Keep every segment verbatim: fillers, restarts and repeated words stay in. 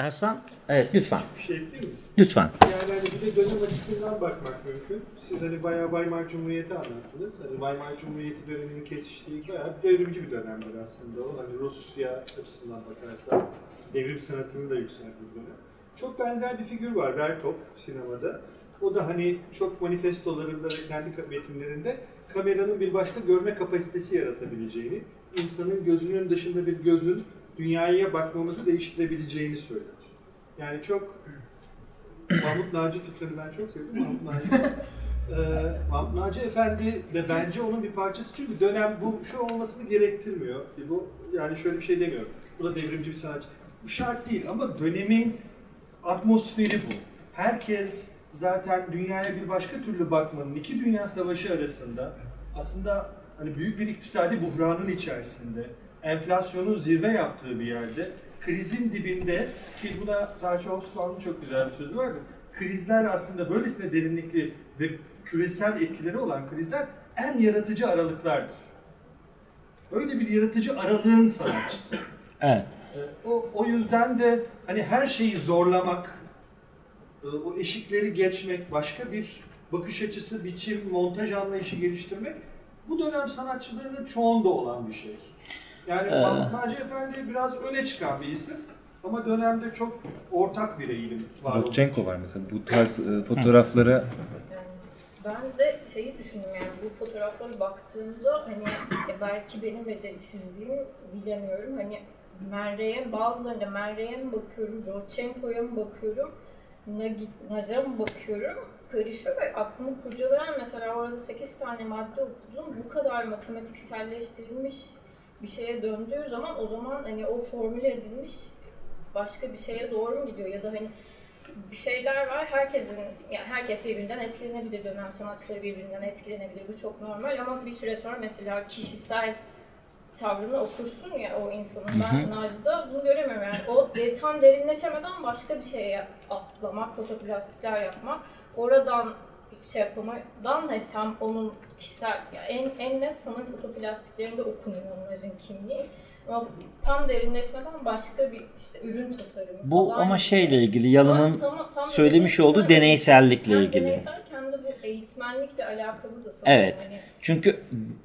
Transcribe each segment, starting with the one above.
Ersan, evet lütfen. Bir şey değil mi? Lütfen. Yani hani bir de dönem açısından bakmak mümkün. Siz hani bayağı Weimar Cumhuriyeti anlattınız. Hani Weimar Cumhuriyeti döneminin kesiştiği bayağı devrimci bir dönemdir aslında o. Hani Rusya açısından bakarsak devrim sanatını da yükselttiği dönem. Çok benzer bir figür var Vertov sinemada. O da hani çok manifestolarında ve kendi metinlerinde kameranın bir başka görme kapasitesi yaratabileceğini, insanın gözünün dışında bir gözün dünyaya bakmamızı değiştirebileceğini söyler. Yani çok Mahmut Naci fikrini ben çok sevdim. Mahmut Naci, ee, Mahmut Naci Efendi de bence onun bir parçası çünkü dönem bu şu olmasını gerektirmiyor. Bu yani şöyle bir şey demiyorum. Bu da devrimci bir sanatçı. Bu şart değil ama dönemin atmosferi bu. Herkes zaten dünyaya bir başka türlü bakmanın iki dünya savaşı arasında aslında hani büyük bir iktisadi buhranın içerisinde enflasyonun zirve yaptığı bir yerde krizin dibinde ki buna Tarçı Osmanlı'nın çok güzel bir sözü vardı. Krizler aslında böylesine derinlikli ve küresel etkileri olan krizler en yaratıcı aralıklardır. Öyle bir yaratıcı aralığın sanatçısı. Evet. O, o yüzden de hani her şeyi zorlamak, o eşikleri geçmek, başka bir bakış açısı, biçim, montaj anlayışı geliştirmek bu dönem sanatçılarının çoğunda olan bir şey. Yani ee... Naci Efendi biraz öne çıkan bir isim ama dönemde çok ortak bir eğilim var. Rodchenko var mesela bu tarz e, fotoğraflara. Yani ben de şeyi düşündüm yani bu fotoğraflara baktığımda hani e, belki benim beceriksizliğim bilemiyorum hani Merre'ye bazılarında Merre'ye mi bakıyorum, Rodchenko'ya mı bakıyorum, Naz'a mı bakıyorum karışıyor ve aklımı kurcalayan mesela orada sekiz tane madde okudum bu kadar matematikselleştirilmiş bir şeye döndüğü zaman o zaman hani o formüle edilmiş başka bir şeye doğru mu gidiyor ya da hani bir şeyler var herkesin yani herkes birbirinden etkilenebilir dönem sanatçıları birbirinden etkilenebilir bu çok normal ama bir süre sonra mesela kişisel tavrını okursun ya o insanın ben Naci'de bunu göremiyorum yani o tam derinleşemeden başka bir şeye atlamak fotoplastikler yapmak oradan şey yapamadan hani tam onun kişisel yani en en net sanırım fotoplastiklerinde okunuyor onların kimliği. Ama tam derinleşmeden başka bir işte ürün tasarımı bu falan. Ama şeyle ilgili Yalın'ın tam, tam söylemiş olduğu deneysellikle hem ilgili. Deneysel hem de bu eğitmenlikle alakalı da sanırım. Evet. Hani... Çünkü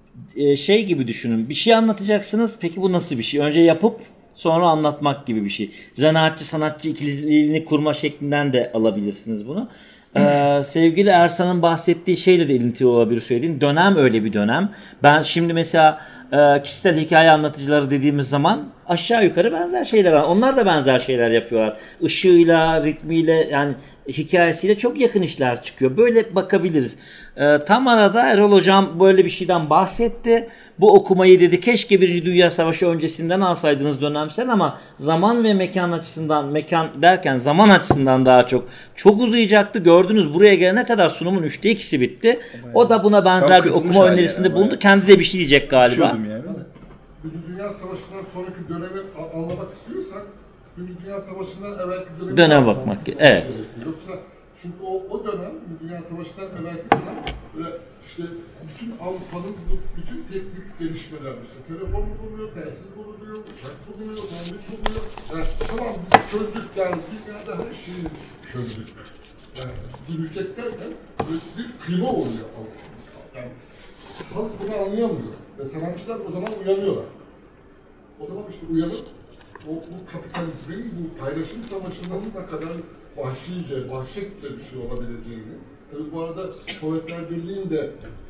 şey gibi düşünün. Bir şey anlatacaksınız. Peki bu nasıl bir şey? Önce yapıp sonra anlatmak gibi bir şey. Zanaatçı sanatçı ikililiğini kurma şeklinden de alabilirsiniz bunu. Ee, sevgili Ersan'ın bahsettiği şeyle de ilintili olabilir söylediğin. Dönem öyle bir dönem. Ben şimdi mesela e, kişisel hikaye anlatıcıları dediğimiz zaman aşağı yukarı benzer şeyler var. Onlar da benzer şeyler yapıyorlar. Işığıyla, ritmiyle yani hikayesiyle çok yakın işler çıkıyor. Böyle bakabiliriz. Ee, tam arada Erol Hocam böyle bir şeyden bahsetti. Bu okumayı dedi keşke Birinci Dünya Savaşı öncesinden alsaydınız dönemsel ama zaman ve mekan açısından mekan derken zaman açısından daha çok çok uzayacaktı. Gördünüz buraya gelene kadar sunumun üçte ikisi bitti. O da buna benzer bir okuma önerisinde yani, bulundu. Kendi de bir şey diyecek galiba. Yani. Birinci Dünya Savaşı'ndan sonraki dönemi anlamak istiyorsak Birinci Dünya Savaşı'ndan evvelki dönemi döneme bakmak. Evet. Yoksa çünkü o, o dönem Dünya Savaşı'ndan evvelki dönem böyle işte bütün Avrupa'nın bütün teknik gelişmeler işte telefon bulunuyor, telsiz bulunuyor, uçak bulunuyor, zambik bulunuyor. Yani tamam biz çözdük yani dünyada her şeyi çözdük. Yani büyüyecek derken bir kıyma oluyor Avrupa'da. Yani halk bunu anlayamıyor ve sanatçılar o zaman uyanıyorlar. O zaman işte uyanıp o, bu kapitalizmin, bu paylaşım savaşının ne kadar vahşice, vahşetçe bir şey olabileceğini. Tabii bu arada Sovyetler Birliği'nin de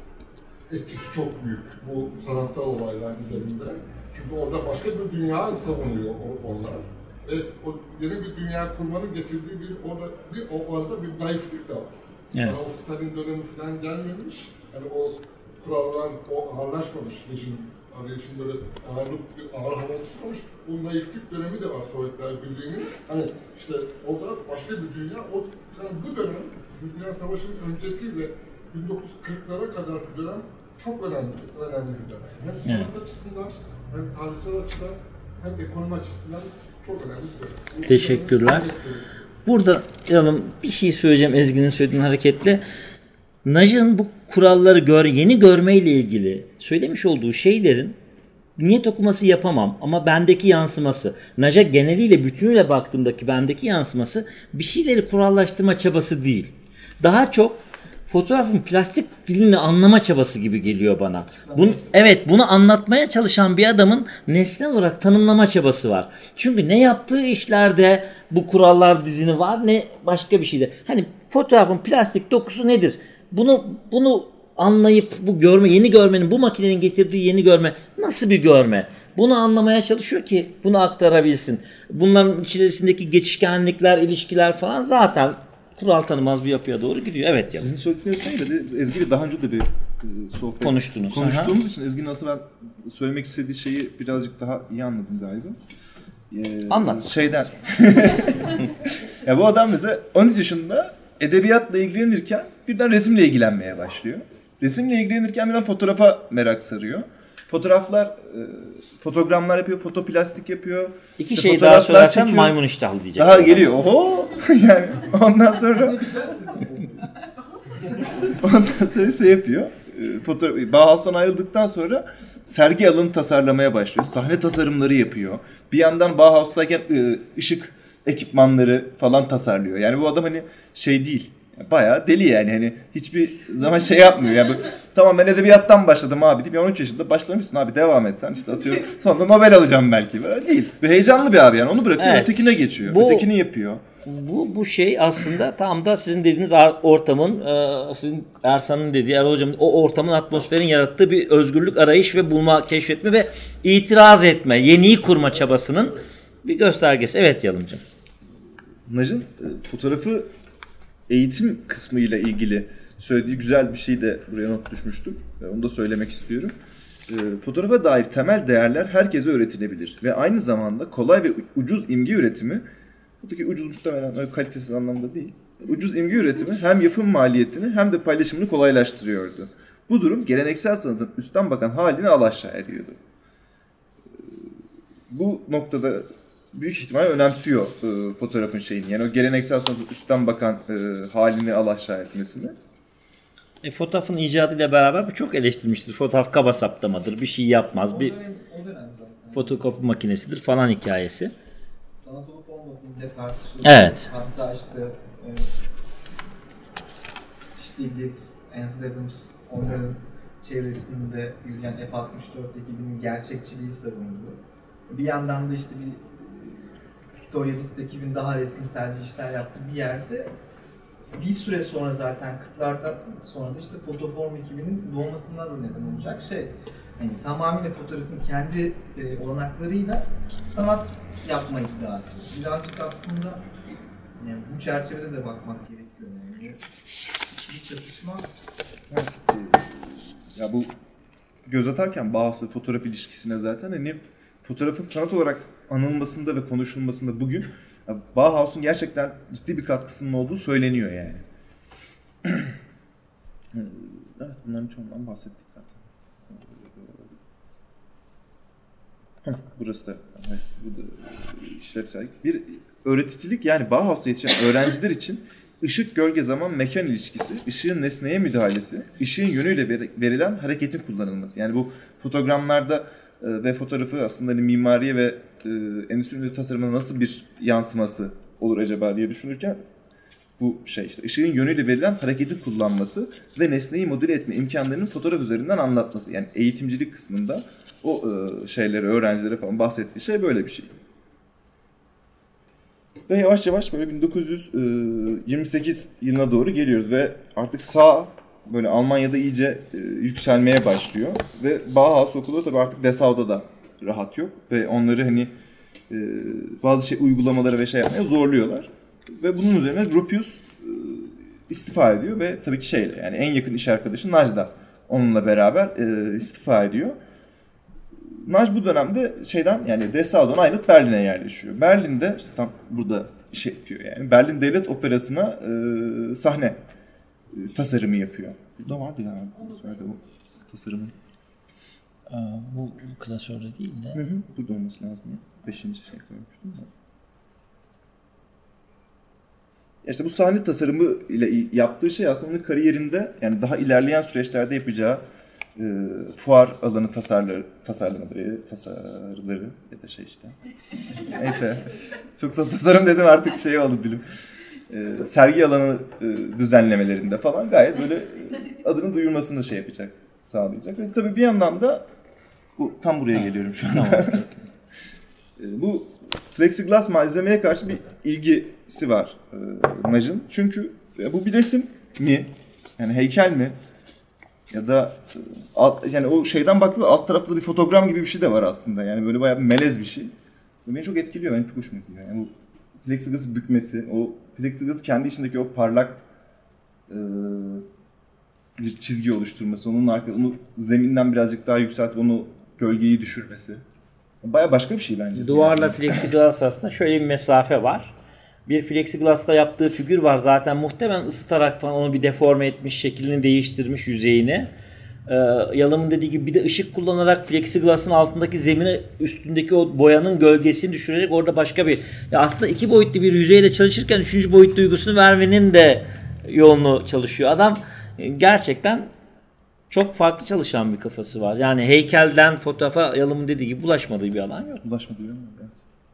etkisi çok büyük bu sanatsal olaylar üzerinde. Çünkü orada başka bir dünya savunuyor onlar. Ve o yeni bir dünya kurmanın getirdiği bir orada bir o arada bir naiflik de var. Evet. Yani o Stalin dönemi falan gelmemiş. Yani o kurallar o ağırlaşmamış rejim arayışın böyle ağırlık, ağır hava tutmamış. Bu naiflik dönemi de var Sovyetler Birliği'nin. Hani işte orada başka bir dünya, o yani bu dönem Dünya Savaşı'nın önceki ve bin dokuz yüz kırklara kadar bir dönem çok önemli, önemli bir dönem. Hem sanat evet. açısından, hem tarihsel açıdan, hem ekonomi açısından çok önemli bir dönem. Teşekkürler. Burada Yalın bir şey söyleyeceğim Ezgi'nin söylediğin hareketle. Naj'ın bu kuralları gör, yeni görmeyle ilgili söylemiş olduğu şeylerin niyet okuması yapamam ama bendeki yansıması, Naj'a geneliyle bütünüyle baktığımdaki bendeki yansıması bir şeyleri kurallaştırma çabası değil. Daha çok fotoğrafın plastik dilini anlama çabası gibi geliyor bana. Bunu, evet, bunu anlatmaya çalışan bir adamın nesnel olarak tanımlama çabası var. Çünkü ne yaptığı işlerde bu kurallar dizini var, ne başka bir şeyde. Hani fotoğrafın plastik dokusu nedir? Bunu bunu anlayıp bu görme, yeni görmenin, bu makinenin getirdiği yeni görme nasıl bir görme? Bunu anlamaya çalışıyor ki bunu aktarabilsin. Bunların içerisindeki geçişkenlikler, ilişkiler falan zaten kural tanımaz bir yapıya doğru gidiyor. Evet ya. Sizin söylediğiniz de Ezgi'yle daha önce de bir e, sohbet konuştunuz. konuştuğumuz Aha. için Ezgi'nin aslında ben söylemek istediği şeyi birazcık daha iyi anladım galiba. Ee, Anlat. Şeyden. Ya bu adam mesela on üç yaşında edebiyatla ilgilenirken birden resimle ilgilenmeye başlıyor. Resimle ilgilenirken birden fotoğrafa merak sarıyor. Fotoğraflar, e, fotogramlar yapıyor, fotoplastik yapıyor. İki işte şey daha söylersen maymun iştahlı diyecek. Daha geliyor. Oho! Yani ondan sonra ondan sonra şey yapıyor. Fotoğraf, Bauhaus'tan ayrıldıktan sonra sergi alanı tasarlamaya başlıyor. Sahne tasarımları yapıyor. Bir yandan Bauhaus'tayken ışık ekipmanları falan tasarlıyor. Yani bu adam hani şey değil. Bayağı deli yani, hani hiçbir zaman şey yapmıyor yani. Tamam ben edebiyattan başladım abi deyip on üç yaşında başlamışsın abi, devam et sen işte, atıyorum sonra Nobel alacağım belki. Böyle değil. Bir heyecanlı bir abi yani, onu bırakıyor, evet. Ötekine geçiyor. Bu, ötekini yapıyor. Bu bu şey aslında tam da sizin dediğiniz ortamın, sizin Ersan'ın dediği, Erol Hocam'ın o ortamın, atmosferin yarattığı bir özgürlük arayış ve bulma, keşfetme ve itiraz etme, yeniyi kurma çabasının bir göstergesi. Evet Yalımcığım. Naj'ın fotoğrafı eğitim kısmıyla ilgili söylediği güzel bir şey de buraya not düşmüştüm. Onu da söylemek istiyorum. E, fotoğrafa dair temel değerler herkese öğretilebilir ve aynı zamanda kolay ve ucuz imge üretimi, buradaki ucuz muhtemelen öyle kalitesiz anlamda değil, ucuz imge üretimi hem yapım maliyetini hem de paylaşımını kolaylaştırıyordu. Bu durum geleneksel sanatın üstten bakan halini alaşağı ediyordu. E, bu noktada büyük ihtimalle önemsiyor e, fotoğrafın şeyini. Yani o geleneksel sanatın üstten bakan e, halini alaşağı etmesini. E, fotoğrafın icadıyla beraber bu çok eleştirilmiştir. Fotoğraf kaba saptamadır, bir şey yapmaz, bir fotokopi makinesidir falan hikayesi. Sanat olup olmadığını bile tartışılıyor. Evet. Hatta işte e, Stiglitz, Ansel Adams, onların çevresinde yürüyen F altmış dört ekibinin gerçekçiliği savundu. Bir yandan da işte bir Pictorialist ekibin daha resimselci işler yaptığı bir yerde bir süre sonra, zaten kırklardan sonra da işte Fotoform ekibinin doğmasından da neden olacak şey. Yani tamamıyla fotoğrafın kendi e, olanaklarıyla sanat yapma iddiası. Birazcık aslında yani bu çerçevede de bakmak gerekiyor. Yani bir çatışma. Evet. Ya bu göz atarken Bauhaus ve fotoğraf ilişkisine zaten hani fotoğrafın sanat olarak anılmasında ve konuşulmasında bugün Bauhaus'un gerçekten ciddi bir katkısının olduğu söyleniyor yani. Evet, bunların çoğundan bahsettik zaten. Burası da, evet, bu da işlevsel. Bir öğreticilik, yani Bauhaus'ta yetişen öğrenciler için ışık, gölge, zaman, mekan ilişkisi, ışığın nesneye müdahalesi, ışığın yönüyle verilen hareketin kullanılması. Yani bu fotogramlarda ve fotoğrafı aslında hani mimariye ve e, endüstri tasarımına nasıl bir yansıması olur acaba diye düşünürken bu şey işte ışığın yönüyle verilen hareketin kullanması ve nesneyi modele etme imkanlarının fotoğraf üzerinden anlatması. Yani eğitimcilik kısmında o e, şeyleri öğrencilere falan bahsettiği şey böyle bir şey. Ve yavaş yavaş böyle bin dokuz yüz yirmi sekiz yılına doğru geliyoruz ve artık sağ böyle Almanya'da iyice e, yükselmeye başlıyor ve Bauhaus okulu tabii artık Dessau'da da rahat yok ve onları hani e, bazı şey uygulamaları ve şey yapmaya zorluyorlar ve bunun üzerine Gropius e, istifa ediyor ve tabii ki şeyle, yani en yakın iş arkadaşı Naj da onunla beraber e, istifa ediyor. Naj bu dönemde şeyden, yani Dessau'dan ayrılıp Berlin'e yerleşiyor. Berlin'de işte tam burada şey yapıyor yani. Berlin Devlet Operası'na e, sahne tasarımı yapıyor. Burada vardı yani. Söyledi o tasarımı. Aa, bu, bu klasörde değil de. Hı hı. Burada olması lazım ya. Beşinci şey koymuştum da. İşte bu sahne tasarımı ile yaptığı şey aslında onun kariyerinde, yani daha ilerleyen süreçlerde yapacağı e, fuar alanı tasarları, tasarlamaları, tasarıları ya da şey işte. Neyse. Çok tasarım dedim artık şey oldu dilim. E, sergi alanı e, düzenlemelerinde falan gayet böyle e, adının duyurmasını şey yapacak, sağlayacak. Ve tabii bir yandan da bu tam buraya ha. geliyorum şu anda. e, bu plexiglass malzemeye karşı bir ilgisi var e, Naj'ın. Çünkü e, bu bir resim mi? Yani heykel mi? Ya da alt, yani o şeyden baktığında alt tarafta da bir fotogram gibi bir şey de var aslında. Yani böyle bayağı bir melez bir şey. Beni çok etkiliyor, benim çok hoşuma gidiyor. Yani bu plexiglass'ı bükmesi, o plexiglass kendi içindeki o parlak e, bir çizgi oluşturması, onun arka, onu zeminden birazcık daha yükseltip onu gölgeyi düşürmesi. Bayağı başka bir şey bence. Duvarla plexiglass arasında şöyle bir mesafe var. Bir plexiglass'ta yaptığı figür var. Zaten muhtemelen ısıtarak falan onu bir deforme etmiş, şeklini değiştirmiş yüzeyini. Ee, Yalım'ın dediği gibi bir de ışık kullanarak plexiglass'ın altındaki zemine üstündeki o boyanın gölgesini düşürerek orada başka bir... Ya aslında iki boyutlu bir yüzeyle çalışırken üçüncü boyut duygusunu vermenin de yolunu çalışıyor. Adam gerçekten çok farklı çalışan bir kafası var. Yani heykelden fotoğrafa Yalım'ın dediği gibi bulaşmadığı bir alan yok. Bulaşmadığı bir alan yok.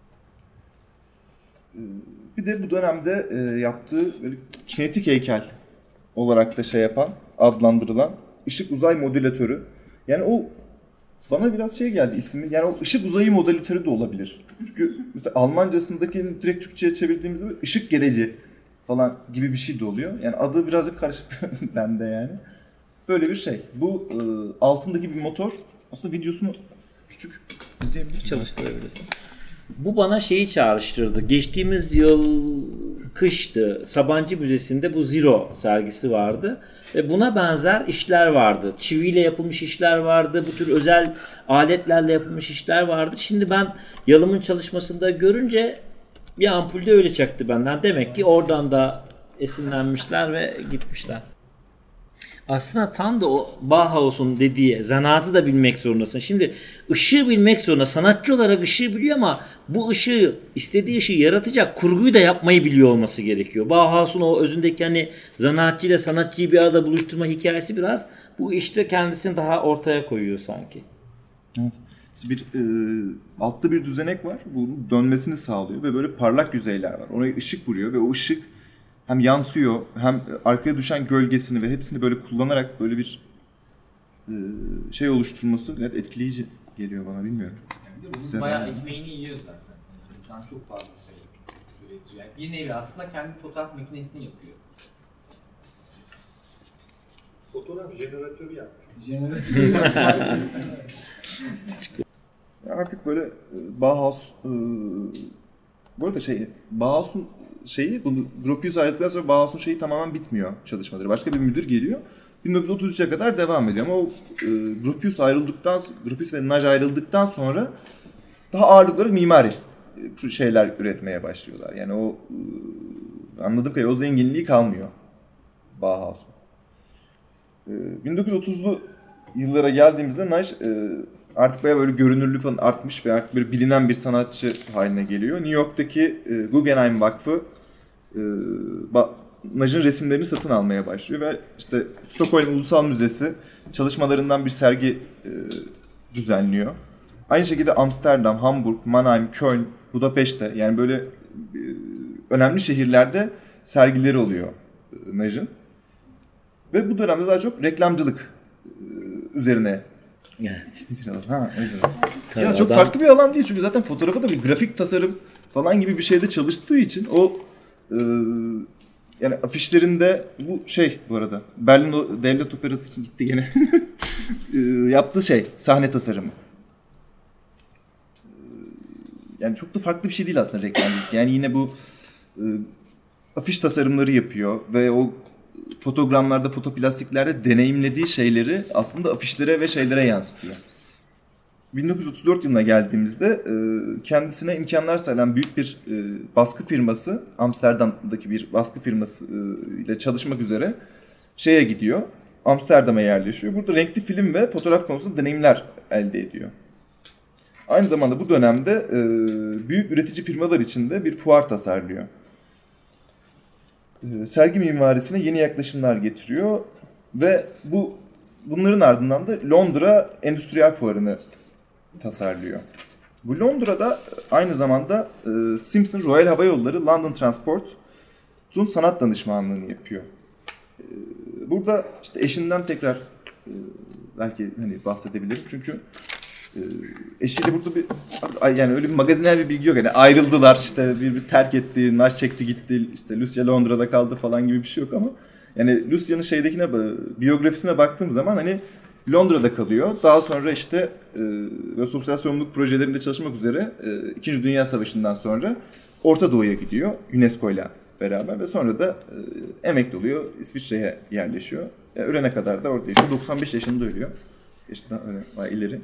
Bir de bu dönemde e, yaptığı böyle kinetik heykel olarak da şey yapan, adlandırılan ışık uzay modülatörü. Yani o bana biraz şey geldi ismi. Yani o ışık uzayı modülatörü de olabilir. Çünkü mesela Almancasındaki direkt Türkçe'ye çevirdiğimizde ışık gereci falan gibi bir şey de oluyor. Yani adı birazcık karışık bende yani. Böyle bir şey. Bu e, altındaki bir motor. Aslında videosunu küçük izleyebiliriz, çalıştırabilirsin. Bu bana şeyi çağrıştırdı. Geçtiğimiz yıl kıştı. Sabancı Müzesi'nde bu Zero sergisi vardı. Ve buna benzer işler vardı. Çiviyle yapılmış işler vardı. Bu tür özel aletlerle yapılmış işler vardı. Şimdi ben Yalım'ın çalışmasında görünce bir ampulde öyle çaktı benden. Demek ki oradan da esinlenmişler ve gitmişler. Aslında tam da o Bauhaus'un dediği zanaatı da bilmek zorundasın. Şimdi ışığı bilmek zorunda. Sanatçı olarak ışığı biliyor ama bu ışığı, istediği ışığı yaratacak kurguyu da yapmayı biliyor olması gerekiyor. Bauhaus'un o özündeki hani zanaatçıyla sanatçıyı bir arada buluşturma hikayesi biraz bu işte kendisini daha ortaya koyuyor sanki. Evet. Bir e, altta bir düzenek var. Bunun dönmesini sağlıyor ve böyle parlak yüzeyler var. Oraya ışık vuruyor ve o ışık hem yansıyor hem arkaya düşen gölgesini ve hepsini böyle kullanarak böyle bir e, şey oluşturması evet etkileyici geliyor bana, bilmiyorum. Yani bunun bayağı ekmeğini yiyor zaten. İnsan çok fazla şey üretiyor. Yani bir nevi aslında kendi fotoğraf makinesini yapıyor. Fotoğraf jeneratörü yapmış. Jeneratörü yapmış. Artık böyle Bauhaus e, bu arada şey Bauhaus'un şeyi, bunu Gropius ayrıldıktan sonra Bauhaus'un şeyi tamamen bitmiyor çalışmaları. Başka bir müdür geliyor. bin dokuz yüz otuz üçe kadar devam ediyor ama o e, Gropius ayrıldıktan Gropius ve Naj ayrıldıktan sonra daha ağırlıkları mimari e, şeyler üretmeye başlıyorlar. Yani o e, anladığım kadarıyla o zenginliği kalmıyor Bauhaus'un. E, bin dokuz yüz otuzlu yıllara geldiğimizde Naj e, artık bayağı böyle görünürlüğü falan artmış ve artık böyle bilinen bir sanatçı haline geliyor. New York'taki e, Guggenheim Vakfı e, ba- Naj'ın resimlerini satın almaya başlıyor ve işte Stockholm Ulusal Müzesi çalışmalarından bir sergi e, düzenliyor. Aynı şekilde Amsterdam, Hamburg, Mannheim, Köln, Budapeşte, yani böyle e, önemli şehirlerde sergileri oluyor e, Naj'ın. Ve bu dönemde daha çok reklamcılık e, üzerine. Evet. Ha, ya çok adam... farklı bir alan değil çünkü zaten fotoğrafa da bir grafik tasarım falan gibi bir şeyde çalıştığı için o e, yani afişlerinde bu şey, bu arada Berlin Devlet Operası için gitti gene e, yaptığı şey sahne tasarımı. E, yani çok da farklı bir şey değil aslında reklamcılık. Yani yine bu e, afiş tasarımları yapıyor ve o fotogramlarda, fotoplastiklerde deneyimlediği şeyleri aslında afişlere ve şeylere yansıtıyor. bin dokuz yüz otuz dört yılına geldiğimizde kendisine imkanlar sağlayan büyük bir baskı firması, Amsterdam'daki bir baskı firması ile çalışmak üzere şeye gidiyor, Amsterdam'a yerleşiyor. Burada renkli film ve fotoğraf konusunda deneyimler elde ediyor. Aynı zamanda bu dönemde büyük üretici firmalar için de bir fuar tasarlıyor. Sergi mimarisine yeni yaklaşımlar getiriyor ve bu bunların ardından da Londra Endüstriyel Fuarı'nı tasarlıyor. Bu Londra'da aynı zamanda e, Simpson Royal Hava Yolları London Transport'un sanat danışmanlığını yapıyor. E, burada işte eşinden tekrar e, belki hani bahsedebilirim çünkü e, eşiyle burada bir yani öyle bir magazinel bir bilgi yok. Yani ayrıldılar işte bir, bir terk etti, naş çekti gitti, işte Lucia Londra'da kaldı falan gibi bir şey yok ama yani Lucia'nın şeydekine biyografisine baktığım zaman hani Londra'da kalıyor. Daha sonra işte e, sosyal sorumluluk projelerinde çalışmak üzere e, İkinci Dünya Savaşı'ndan sonra Orta Doğu'ya gidiyor UNESCO ile beraber ve sonra da e, emekli oluyor. İsviçre'ye yerleşiyor. E, ölene kadar da orada yaşıyor. doksan beş yaşında ölüyor. Yaşından öyle var ileri.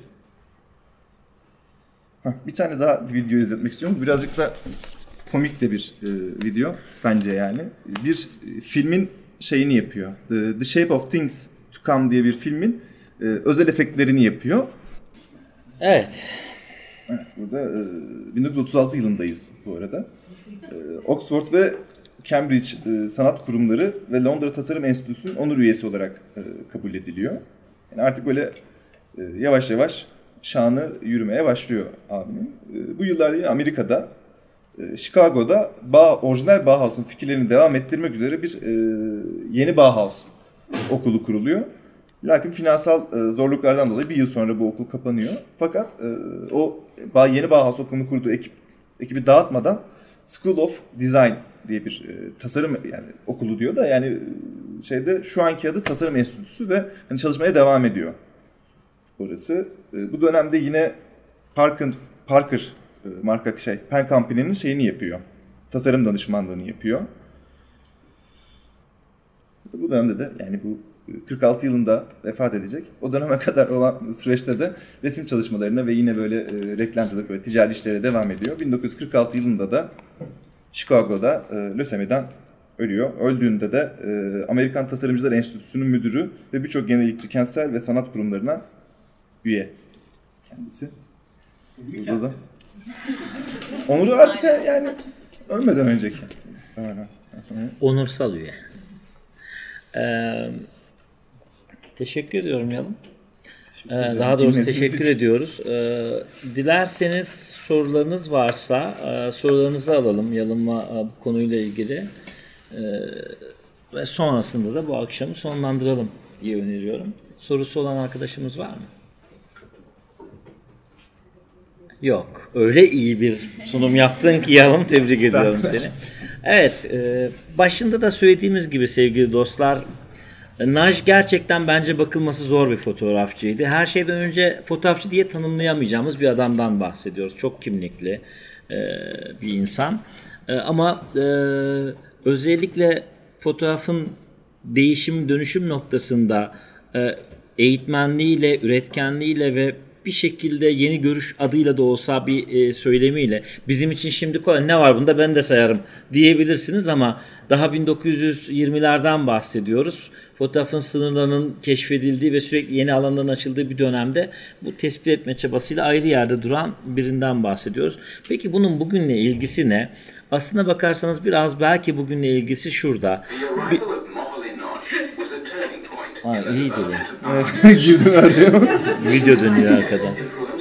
Heh, bir tane daha video izletmek istiyorum. Birazcık da komik de bir e, video bence yani. Bir e, filmin şeyini yapıyor. The, The Shape of Things to Come diye bir filmin e, özel efektlerini yapıyor. Evet. Evet, burada e, bin dokuz yüz otuz altı yılındayız bu arada. E, Oxford ve Cambridge e, sanat kurumları ve Londra Tasarım Enstitüsü'nün onur üyesi olarak e, kabul ediliyor. Yani artık böyle e, yavaş yavaş şanı yürümeye başlıyor abinin. E, bu yıllarda Amerika'da, e, Chicago'da Ba- orijinal Bauhaus'un fikirlerini devam ettirmek üzere bir e, yeni Bauhaus okulu kuruluyor. Lakin finansal e, zorluklardan dolayı bir yıl sonra bu okul kapanıyor. Fakat e, o yeni Bauhaus okulunu kurduğu ekip ekibi dağıtmadan School of Design diye bir e, tasarım yani okulu diyor da yani e, şeyde şu anki adı Tasarım Enstitüsü ve hani çalışmaya devam ediyor. Orası. E, bu dönemde yine Parker Parker e, marka şey Pen Company'nin şeyini yapıyor. Tasarım danışmanlığını yapıyor. Bu dönemde de yani bu kırk altı yılında vefat edecek. O döneme kadar olan süreçte de resim çalışmalarına ve yine böyle e, reklamcılık ve ticari işlere devam ediyor. bin dokuz yüz kırk altı yılında da Chicago'da e, lösemiden ölüyor. Öldüğünde de e, Amerikan Tasarımcılar Enstitüsü'nün müdürü ve birçok yenilikçi kentsel ve sanat kurumlarına üye kendisi. Burada da. Onur'u artık yani ölmeden önceki. Aynen. Onursal üye. Ee, teşekkür ediyorum Yalın. Ee, daha doğrusu teşekkür ediyoruz. Ee, dilerseniz sorularınız varsa e, sorularınızı alalım Yalın'la e, bu konuyla ilgili. Ee, ve sonrasında da bu akşamı sonlandıralım diye öneriyorum. Sorusu olan arkadaşımız var mı? Yok. Öyle iyi bir sunum yaptın ki Yalın, tebrik ediyorum seni. Evet, e, başında da söylediğimiz gibi sevgili dostlar, Naj gerçekten bence bakılması zor bir fotoğrafçıydı. Her şeyden önce fotoğrafçı diye tanımlayamayacağımız bir adamdan bahsediyoruz. Çok kimlikli e, bir insan. E, ama e, özellikle fotoğrafın değişim dönüşüm noktasında e, eğitmenliğiyle, üretkenliğiyle ve bir şekilde yeni görüş adıyla da olsa bir e, söylemiyle bizim için şimdi kolay ne var bunda ben de sayarım diyebilirsiniz ama daha bin dokuz yüz yirmilerden bahsediyoruz. Fotoğrafın sınırlarının keşfedildiği ve sürekli yeni alanların açıldığı bir dönemde bu tespit etme çabasıyla ayrı yerde duran birinden bahsediyoruz. Peki bunun bugünle ilgisi ne? Aslına bakarsanız biraz belki bugünle ilgisi şurada. Bir... Aa, iyi dedi. Evet, girdim araya. Video dönüyor arkadan.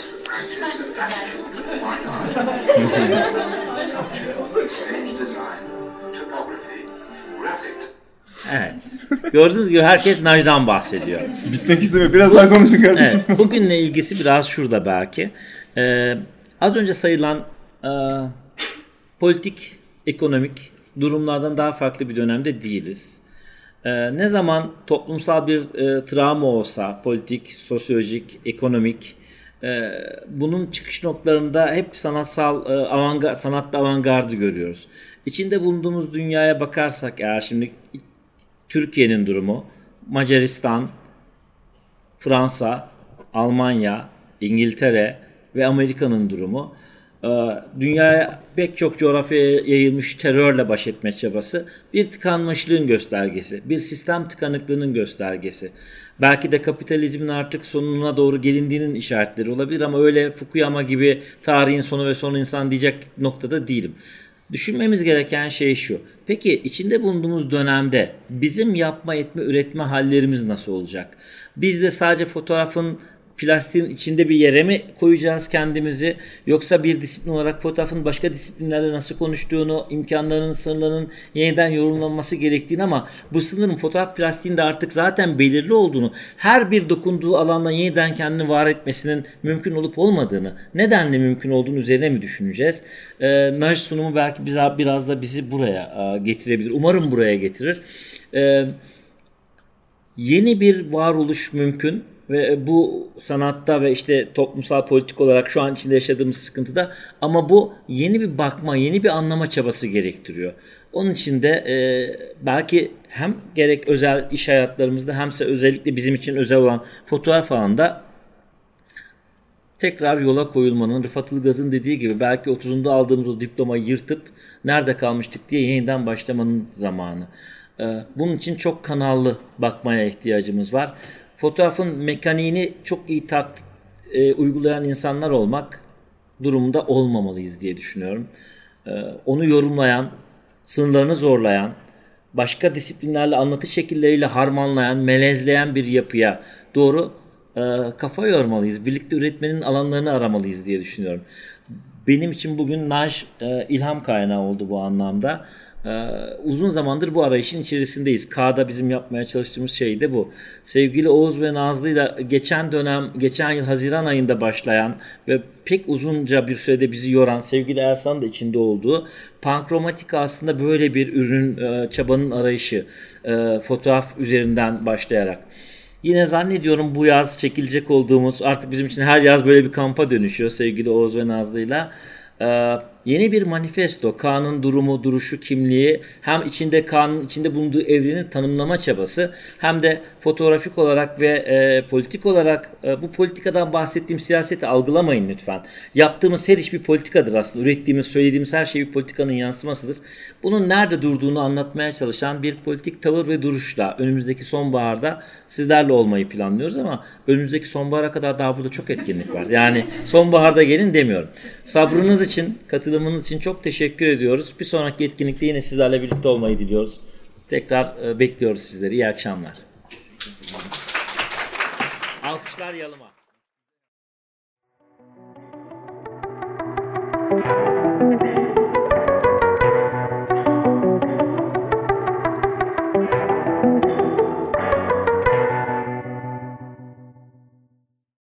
Evet. Gördüğünüz gibi herkes Naj'dan bahsediyor. Bitmek istemiyor. Biraz daha konuşun kardeşim. Evet, bugünle ilgisi biraz şurada belki. Ee, az önce sayılan e, politik, ekonomik durumlardan daha farklı bir dönemde değiliz. Ee, ne zaman toplumsal bir e, travma olsa, politik, sosyolojik, ekonomik, e, bunun çıkış noktalarında hep sanatsal, e, avantgard, sanatta avantgardı görüyoruz. İçinde bulunduğumuz dünyaya bakarsak eğer şimdi Türkiye'nin durumu, Macaristan, Fransa, Almanya, İngiltere ve Amerika'nın durumu, dünyaya pek çok coğrafyaya yayılmış terörle baş etme çabası bir tıkanmışlığın göstergesi, bir sistem tıkanıklığının göstergesi. Belki de kapitalizmin artık sonuna doğru gelindiğinin işaretleri olabilir ama öyle Fukuyama gibi tarihin sonu ve son insan diyecek noktada değilim. Düşünmemiz gereken şey şu. Peki içinde bulunduğumuz dönemde bizim yapma, etme, üretme hallerimiz nasıl olacak? Biz de sadece fotoğrafın plastiğin içinde bir yere mi koyacağız kendimizi, yoksa bir disiplin olarak fotoğrafın başka disiplinlerle nasıl konuştuğunu, imkanlarının, sınırlarının yeniden yorumlanması gerektiğini, ama bu sınırın fotoğraf plastiğinde artık zaten belirli olduğunu, her bir dokunduğu alanda yeniden kendini var etmesinin mümkün olup olmadığını, nedenle mümkün olduğunu üzerine mi düşüneceğiz? Ee, Naj sunumu belki bize biraz da bizi buraya getirebilir. Umarım buraya getirir. Ee, yeni bir varoluş mümkün. Ve bu sanatta ve işte toplumsal politik olarak şu an içinde yaşadığımız sıkıntıda, ama bu yeni bir bakma, yeni bir anlama çabası gerektiriyor. Onun için de e, belki hem gerek özel iş hayatlarımızda hemse özellikle bizim için özel olan fotoğraf alanında tekrar yola koyulmanın, Rıfat Ilgaz'ın dediği gibi belki otuzunda aldığımız o diplomayı yırtıp nerede kalmıştık diye yeniden başlamanın zamanı. E, bunun için çok kanallı bakmaya ihtiyacımız var. Fotoğrafın mekaniğini çok iyi taktik e, uygulayan insanlar olmak durumunda olmamalıyız diye düşünüyorum. E, onu yorumlayan, sınırlarını zorlayan, başka disiplinlerle anlatı şekilleriyle harmanlayan, melezleyen bir yapıya doğru e, kafa yormalıyız. Birlikte üretmenin alanlarını aramalıyız diye düşünüyorum. Benim için bugün Naj e, ilham kaynağı oldu bu anlamda. Ee, uzun zamandır bu arayışın içerisindeyiz. K'da bizim yapmaya çalıştığımız şey de bu. Sevgili Oğuz ve Nazlı'yla geçen dönem, geçen yıl Haziran ayında başlayan ve pek uzunca bir sürede bizi yoran, sevgili Ersan da içinde olduğu Pankromatika aslında böyle bir ürün, e, çabanın arayışı, e, fotoğraf üzerinden başlayarak. Yine zannediyorum bu yaz çekilecek olduğumuz, artık bizim için her yaz böyle bir kampa dönüşüyor sevgili Oğuz ve Nazlı'yla. Ee, yeni bir manifesto, Kaan'ın durumu, duruşu, kimliği, hem içinde Kaan'ın içinde bulunduğu evrenin tanımlama çabası, hem de fotoğrafik olarak ve e, politik olarak e, bu politikadan bahsettiğim siyaseti algılamayın lütfen. Yaptığımız her iş bir politikadır aslında. Ürettiğimiz, söylediğimiz her şey bir politikanın yansımasıdır. Bunun nerede durduğunu anlatmaya çalışan bir politik tavır ve duruşla önümüzdeki sonbaharda sizlerle olmayı planlıyoruz, ama önümüzdeki sonbahara kadar daha burada çok etkinlik var. Yani sonbaharda gelin demiyorum. Sabrınız için, katılımınız için çok teşekkür ediyoruz. Bir sonraki etkinlikte yine sizlerle birlikte olmayı diliyoruz. Tekrar e, bekliyoruz sizleri. İyi akşamlar. Alkışlar Yalıma.